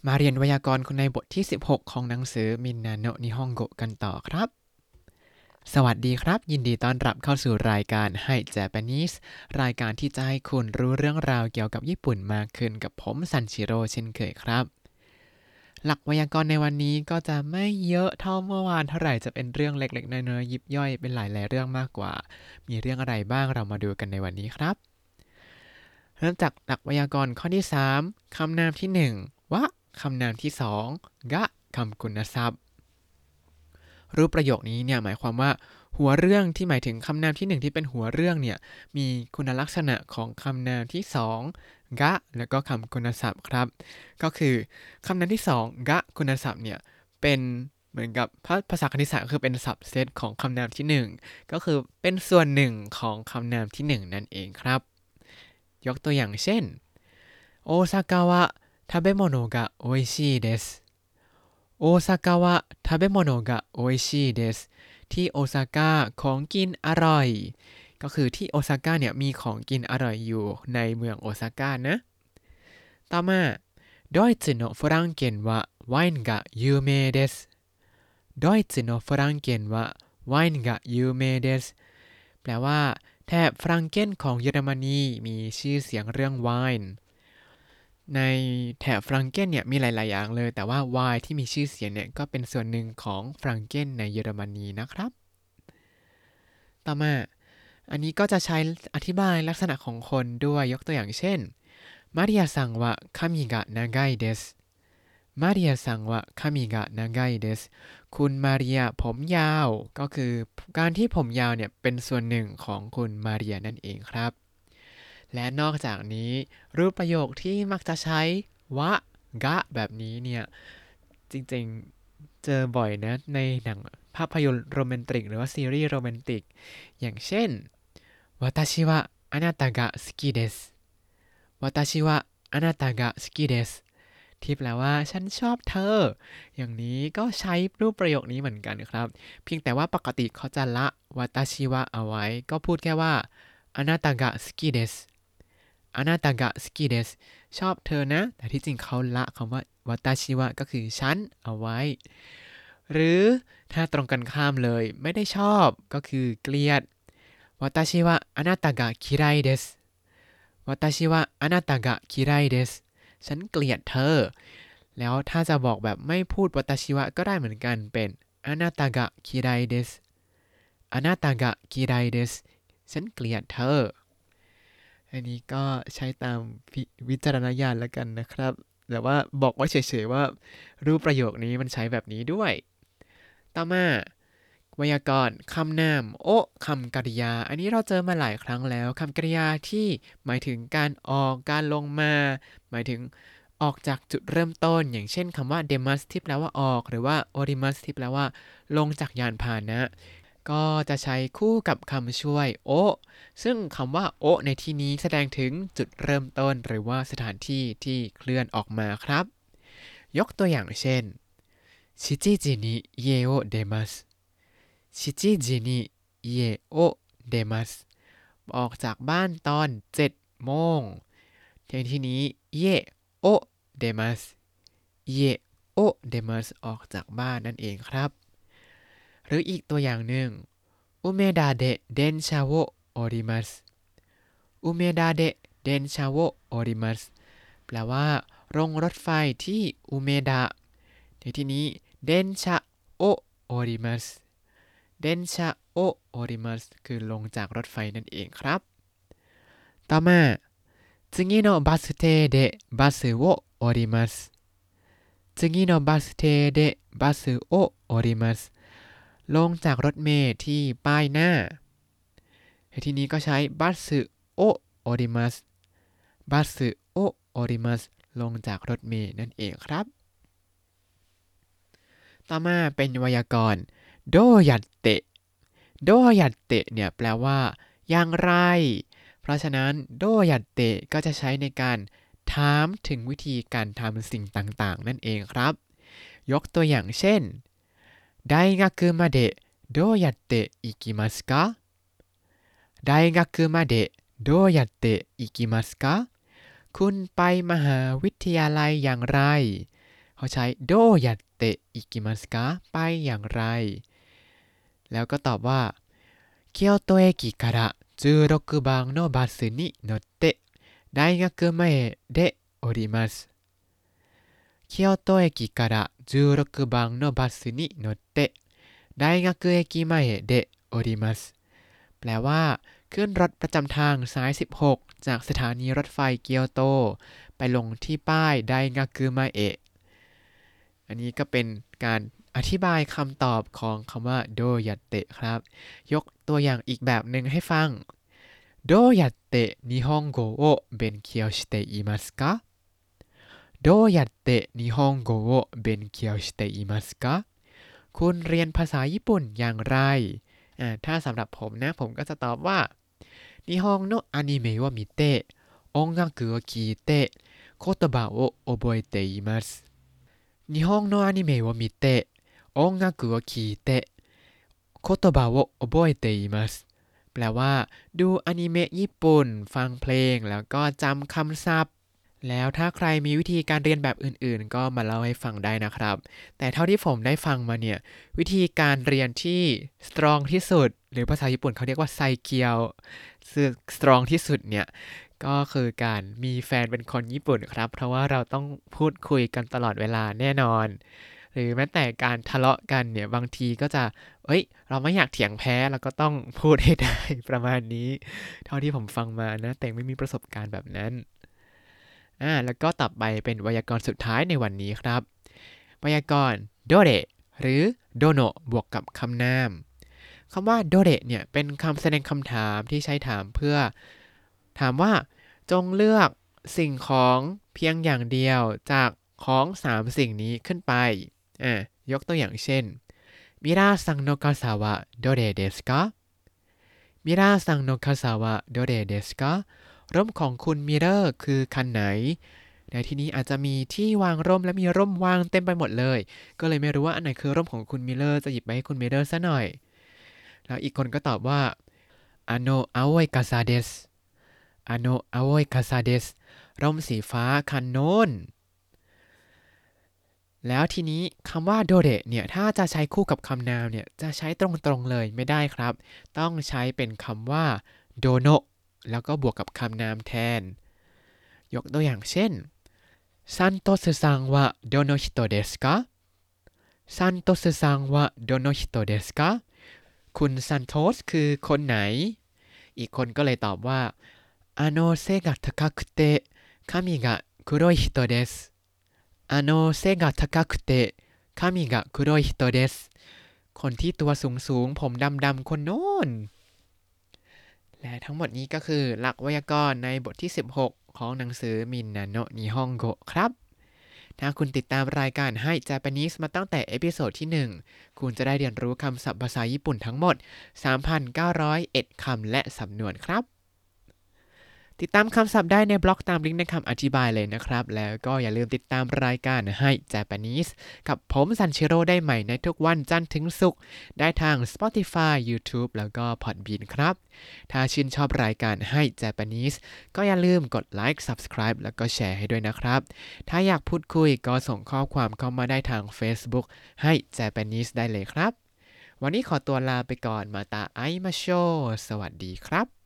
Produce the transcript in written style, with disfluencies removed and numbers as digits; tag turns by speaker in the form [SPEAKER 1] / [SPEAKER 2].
[SPEAKER 1] มาเรียนไวยากรณ์ในบทที่16ของหนังสือมินนาโนะนิฮงโกะกันต่อครับสวัสดีครับยินดีต้อนรับเข้าสู่รายการให้ Japanese รายการที่จะให้คุณรู้เรื่องราวเกี่ยวกับญี่ปุ่นมากขึ้นกับผมซันชิโร่เช่นเคยครับหลักไวยากรณ์ในวันนี้ก็จะไม่เยอะเท่าเมื่อวานเท่าไหร่จะเป็นเรื่องเล็กๆน้อยๆยิบย่อยเป็นหลายๆเรื่องมากกว่ามีเรื่องอะไรบ้างเรามาดูกันในวันนี้ครับเริ่มจากหลักไวยากรณ์ข้อที่3คำนามที่1วะคำนามที่2กะคำคุณศัพท์รูปประโยคนี้เนี่ยหมายความว่าหัวเรื่องที่หมายถึงคำนามที่1ที่เป็นหัวเรื่องเนี่ยมีคุณลักษณะของคำนามที่2กะแล้วก็คำคุณศัพท์ครับก็คือคำนามที่2กะคุณศัพท์เนี่ยเป็นเหมือนกับภาษาคณิตศาสตร์คือเป็น subset ของคำนามที่1ก็คือเป็นส่วนหนึ่งของคำนามที่1นั่นเองครับยกตัวอย่างเช่นโอซาก้าวะทาเบโมโนะが美味しいですโอซาก้าวะทาเบโมโนะが美味しいですที่โอซาก้าของกินอร่อยก็คือที่โอซาก้าเนี่ยมีของกินอร่อยอยู่ในเมืองโอซาก้านะต่อมาドイツのフランケンはワインが有名ですドイツのフランケンはワインが有名ですแปลว่าแถบฟรังเกนของเยอรมนีมีชื่อเสียงเรื่องไวน์ในแถบฟรังเกนเนี่ยมีหลายๆอย่างเลยแต่ว่าไวน์ที่มีชื่อเสียงเนี่ยก็เป็นส่วนหนึ่งของฟรังเกนในเยอรมนีนะครับต่อมาอันนี้ก็จะใช้อธิบายลักษณะของคนด้วยยกตัวอย่างเช่นมาริยาซังวะคามิกะนางายเดสมาริยาซังวะคามิกะนางายเดสคุณมาริยาผมยาวก็คือการที่ผมยาวเนี่ยเป็นส่วนหนึ่งของคุณมาริยานั่นเองครับและนอกจากนี้รูปประโยคที่มักจะใช้วะกะแบบนี้เนี่ยจริงๆเจอบ่อยนะในหนังภาพยนตร์โรแมนติกหรือว่าซีรีส์โรแมนติกอย่างเช่นวาตาชิวะอานาตะกะสกิเดสวาตาชิวะอานาตะกะสกิเดสที่แปลว่าฉันชอบเธออย่างนี้ก็ใช้รูปประโยคนี้เหมือนกันครับเพียงแต่ว่าปกติเขาจะละวาตาชิวะเอาไว้ก็พูดแค่ว่าอานาตะกะสกิเดสอานาตะกะสกิเดสชอบเธอนะแต่ที่จริงเขาละคำว่าวาตาชิวะก็คือฉันเอาไว้หรือถ้าตรงกันข้ามเลยไม่ได้ชอบก็คือเกลียดวาตาชิวะอานาตะกะคิไรเดสวาตาชิวะอานาตะกะคิไรเดสฉันเกลียดเธอแล้วถ้าจะบอกแบบไม่พูดวาตาชิวะก็ได้เหมือนกันเป็นอานาตะกะคิไรเดสอานาตะกะคิไรเดสฉันเกลียดเธออันนี้ก็ใช้ตามวิจารณญาณแล้วกันนะครับแต่ว่าบอกไว้เฉยๆว่ารูปประโยคนี้มันใช้แบบนี้ด้วยต่อมาไวยากรณ์คำนามโอะคำกริยาอันนี้เราเจอมาหลายครั้งแล้วคำกริยาที่หมายถึงการออกการลงมาหมายถึงออกจากจุดเริ่มต้นอย่างเช่นคำว่า demas ที่แปลว่าออกหรือว่า orimas ที่แปลว่าลงจากยานพาหนะก็จะใช้คู่กับคำช่วยโอะซึ่งคำว่าโอะในที่นี้แสดงถึงจุดเริ่มต้นหรือว่าสถานที่ที่เคลื่อนออกมาครับยกตัวอย่างเช่น7時に家を出ます7時に家を出ますออกจากบ้านตอน7โมงในที่นี้เยโอเดมัสเยโอเดมัสออกจากบ้านนั่นเองครับหรืออีกตัวอย่างหนึ่งอุเมดาเดะเดนชาโวโอริมัสอุเมดาเดะเดนชาโวโอริมัสแปลว่าโรงรถไฟที่อุเมดะในที่นี้เดนชาโอโอริมัสเดนชาโอโอริมัสคือลงจากรถไฟนั่นเองครับต่อมา次のバス停でバスを降ります次のバス停でバスを降りますลงจากรถเมล์ที่ป้ายหน้าทีนี้ก็ใช้บัสโอโอริมัสบัสโอโอริมัสลงจากรถเมล์นั่นเองครับต่อมาเป็นไวยากรณ์โดยัตเตะโดยัตเตะเนี่ยแปลว่าอย่างไรเพราะฉะนั้นโดยัตเตะก็จะใช้ในการถามถึงวิธีการทำสิ่งต่างๆนั่นเองครับยกตัวอย่างเช่น大学までどうやって行きますか大学までどうやって行きますかคุณไปมหาวิทยาลัยอย่างไรเขาใช้โดยัตเตะอิกิมัสกะไปอย่างไรแล้วก็ตอบว่าเกียวโตเอกิから16番のバスに乗って大学前で降ります京都駅から16番のバスに乗って大学駅前で降りますแปลว่าขึ้นรถประจำทางสาย16จากสถานีรถไฟเกียวโตไปลงที่ป้ายไดงากุมาเอะอันนี้ก็เป็นการอธิบายคำตอบของคำว่าโดยัตเตะครับยกตัวอย่างอีกแบบหนึ่งให้ฟังどうやって日本語を勉強していますかどうやって日本語を勉強していますかคุณเรียนภาษาญี่ปุ่นอย่างไรถ้าสำหรับผมนะผมก็จะตอบว่า日本のアニメを見て音楽を聴いて言葉を覚えています日本のアニメを見て音楽を聴いて言葉を覚えていますแปลว่าดูอนิเมะญี่ปุ่นฟังเพลงแล้วก็จำคำศัพท์แล้วถ้าใครมีวิธีการเรียนแบบอื่นๆก็มาเล่าให้ฟังได้นะครับแต่เท่าที่ผมได้ฟังมาเนี่ยวิธีการเรียนที่สตรองที่สุดหรือภาษาญี่ปุ่นเขาเรียกว่าไซเกียวสตรองที่สุดเนี่ยก็คือการมีแฟนเป็นคนญี่ปุ่นครับเพราะว่าเราต้องพูดคุยกันตลอดเวลาแน่นอนหรือแม้แต่การทะเลาะกันเนี่ยบางทีก็จะเราไม่อยากเถียงแพ้เราก็ต้องพูดให้ได้ประมาณนี้เท่าที่ผมฟังมานะแต่ไม่มีประสบการณ์แบบนั้นแล้วก็ต่อไปเป็นไวยากรณ์สุดท้ายในวันนี้ครับไวยากรณ์โดเรหรือโดโนะบวกกับคำนามคำว่าโดเรเนี่ยเป็นคำแสดงคำถามที่ใช้ถามเพื่อถามว่าจงเลือกสิ่งของเพียงอย่างเดียวจากของ3สิ่งนี้ขึ้นไปยกตัวอย่างเช่นมิราซังโนคาซาวะโดเรเดสกะมิราซังโนคาซาวะโดเรเดสกะร่มของคุณมิเรอร์คือคันไหนในที่นี้อาจจะมีที่วางร่มและมีร่มวางเต็มไปหมดเลยก็เลยไม่รู้ว่าอันไหนคือร่มของคุณมิเรอร์จะหยิบไปให้คุณมิเรอร์ซะหน่อยแล้วอีกคนก็ตอบว่าอาโนอาโอยคาซาเดสอาโนอาโอยคาซาเดสร่มสีฟ้าคันโน้นแล้วทีนี้คำว่าโดเรเนี่ยถ้าจะใช้คู่กับคำนามเนี่ยจะใช้ตรงๆเลยไม่ได้ครับต้องใช้เป็นคำว่าโดโนะแล้วก็บวกกับคำนามแทนยกตัวอย่างเช่นซันโตสึซังวะโดโนะฮิโตะเดสกะซันโตสึซังวะโดโนะฮิโตะเดสกะคุณซันโตสคือคนไหนอีกคนก็เลยตอบว่าอาโนเซกะทาคาคุเตะคามิกะคุโรยฮิโตะเดส背が高くて髪が黒い人ですคนที่ตัวสูงผมดำๆคนโน้นและทั้งหมดนี้ก็คือหลักไวยากรณ์ในบทที่16ของหนังสือมินนาโนะนิฮงโกะครับถ้าคุณติดตามรายการให้ Japanese มาตั้งแต่เอพิโซดที่1คุณจะได้เรียนรู้คำศัพท์ภาษาญี่ปุ่นทั้งหมด 3,901 คำและสำนวนครับติดตามคำศัพท์ได้ในบล็อกตามลิงก์ในคำอธิบายเลยนะครับแล้วก็อย่าลืมติดตามรายการให้ Japanese กับผมซันชิโร่ได้ใหม่ในทุกวันจันทร์ถึงศุกร์ได้ทาง Spotify YouTube แล้วก็ Podbean ครับถ้าชื่นชอบรายการให้ Japanese ก็อย่าลืมกดไลค์ Subscribe แล้วก็แชร์ให้ด้วยนะครับถ้าอยากพูดคุยก็ส่งข้อความเข้ามาได้ทาง Facebook ให้ Japanese ได้เลยครับวันนี้ขอตัวลาไปก่อนมาตาไอมาโชสวัสดีครับ